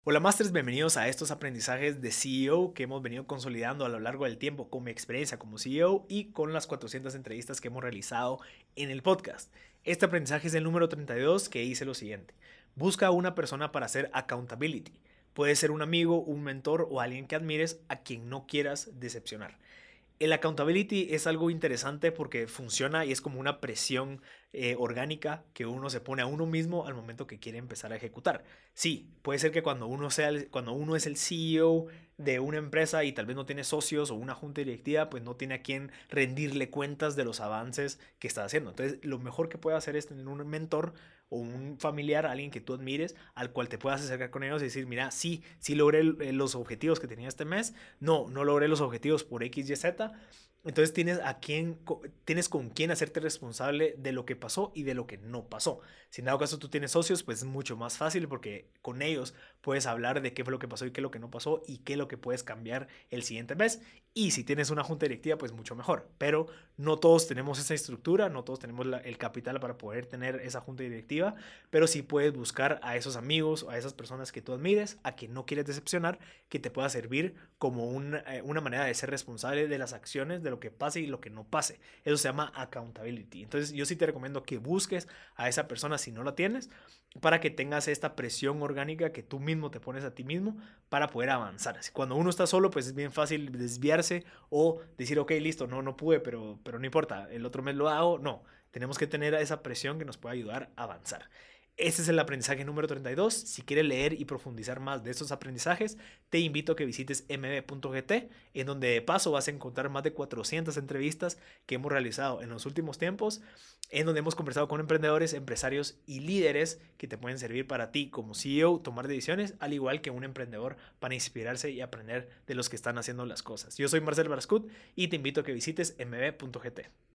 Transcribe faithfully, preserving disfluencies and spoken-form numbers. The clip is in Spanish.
Hola Masters, bienvenidos a estos aprendizajes de C E O que hemos venido consolidando a lo largo del tiempo con mi experiencia como C E O y con las cuatrocientas entrevistas que hemos realizado en el podcast. Este aprendizaje es el número treinta y dos, que dice lo siguiente: busca a una persona para hacer accountability. Puede ser un amigo, un mentor o alguien que admires a quien no quieras decepcionar. El accountability es algo interesante porque funciona y es como una presión eh, orgánica que uno se pone a uno mismo al momento que quiere empezar a ejecutar. Sí, puede ser que cuando uno, sea el- cuando uno es el C E O de una empresa y tal vez no tiene socios o una junta directiva, pues no tiene a quien rendirle cuentas de los avances que está haciendo. Entonces, lo mejor que puede hacer es tener un mentor o un familiar, alguien que tú admires, al cual te puedas acercar con ellos y decir: mira, sí, sí logré los objetivos que tenía este mes, no, no logré los objetivos por X, Y, Z. Entonces tienes a quién, tienes con quién hacerte responsable de lo que pasó y de lo que no pasó. Si en dado caso tú tienes socios, pues es mucho más fácil porque con ellos puedes hablar de qué fue lo que pasó y qué es lo que no pasó y qué es lo que puedes cambiar el siguiente mes. Y si tienes una junta directiva, pues mucho mejor. Pero no todos tenemos esa estructura, no todos tenemos la, el capital para poder tener esa junta directiva, pero sí puedes buscar a esos amigos o a esas personas que tú admires, a quien no quieres decepcionar, que te pueda servir como un, eh, una manera de ser responsable de las acciones, de lo que pase y lo que no pase. Eso se llama accountability. Entonces yo sí te recomiendo que busques a esa persona si no la tienes, para que tengas esta presión orgánica que tú mismo te pones a ti mismo para poder avanzar. Cuando uno está solo, pues es bien fácil desviarse o decir: ok, listo, no, no pude, pero, pero no importa, el otro mes lo hago. No, tenemos que tener esa presión que nos pueda ayudar a avanzar. Este es el aprendizaje número treinta y dos. Si quieres leer y profundizar más de estos aprendizajes, te invito a que visites m b punto g t, en donde de paso vas a encontrar más de cuatrocientas entrevistas que hemos realizado en los últimos tiempos, en donde hemos conversado con emprendedores, empresarios y líderes que te pueden servir para ti como C E O tomar decisiones, al igual que un emprendedor, para inspirarse y aprender de los que están haciendo las cosas. Yo soy Marcel Barascut y te invito a que visites m b punto g t.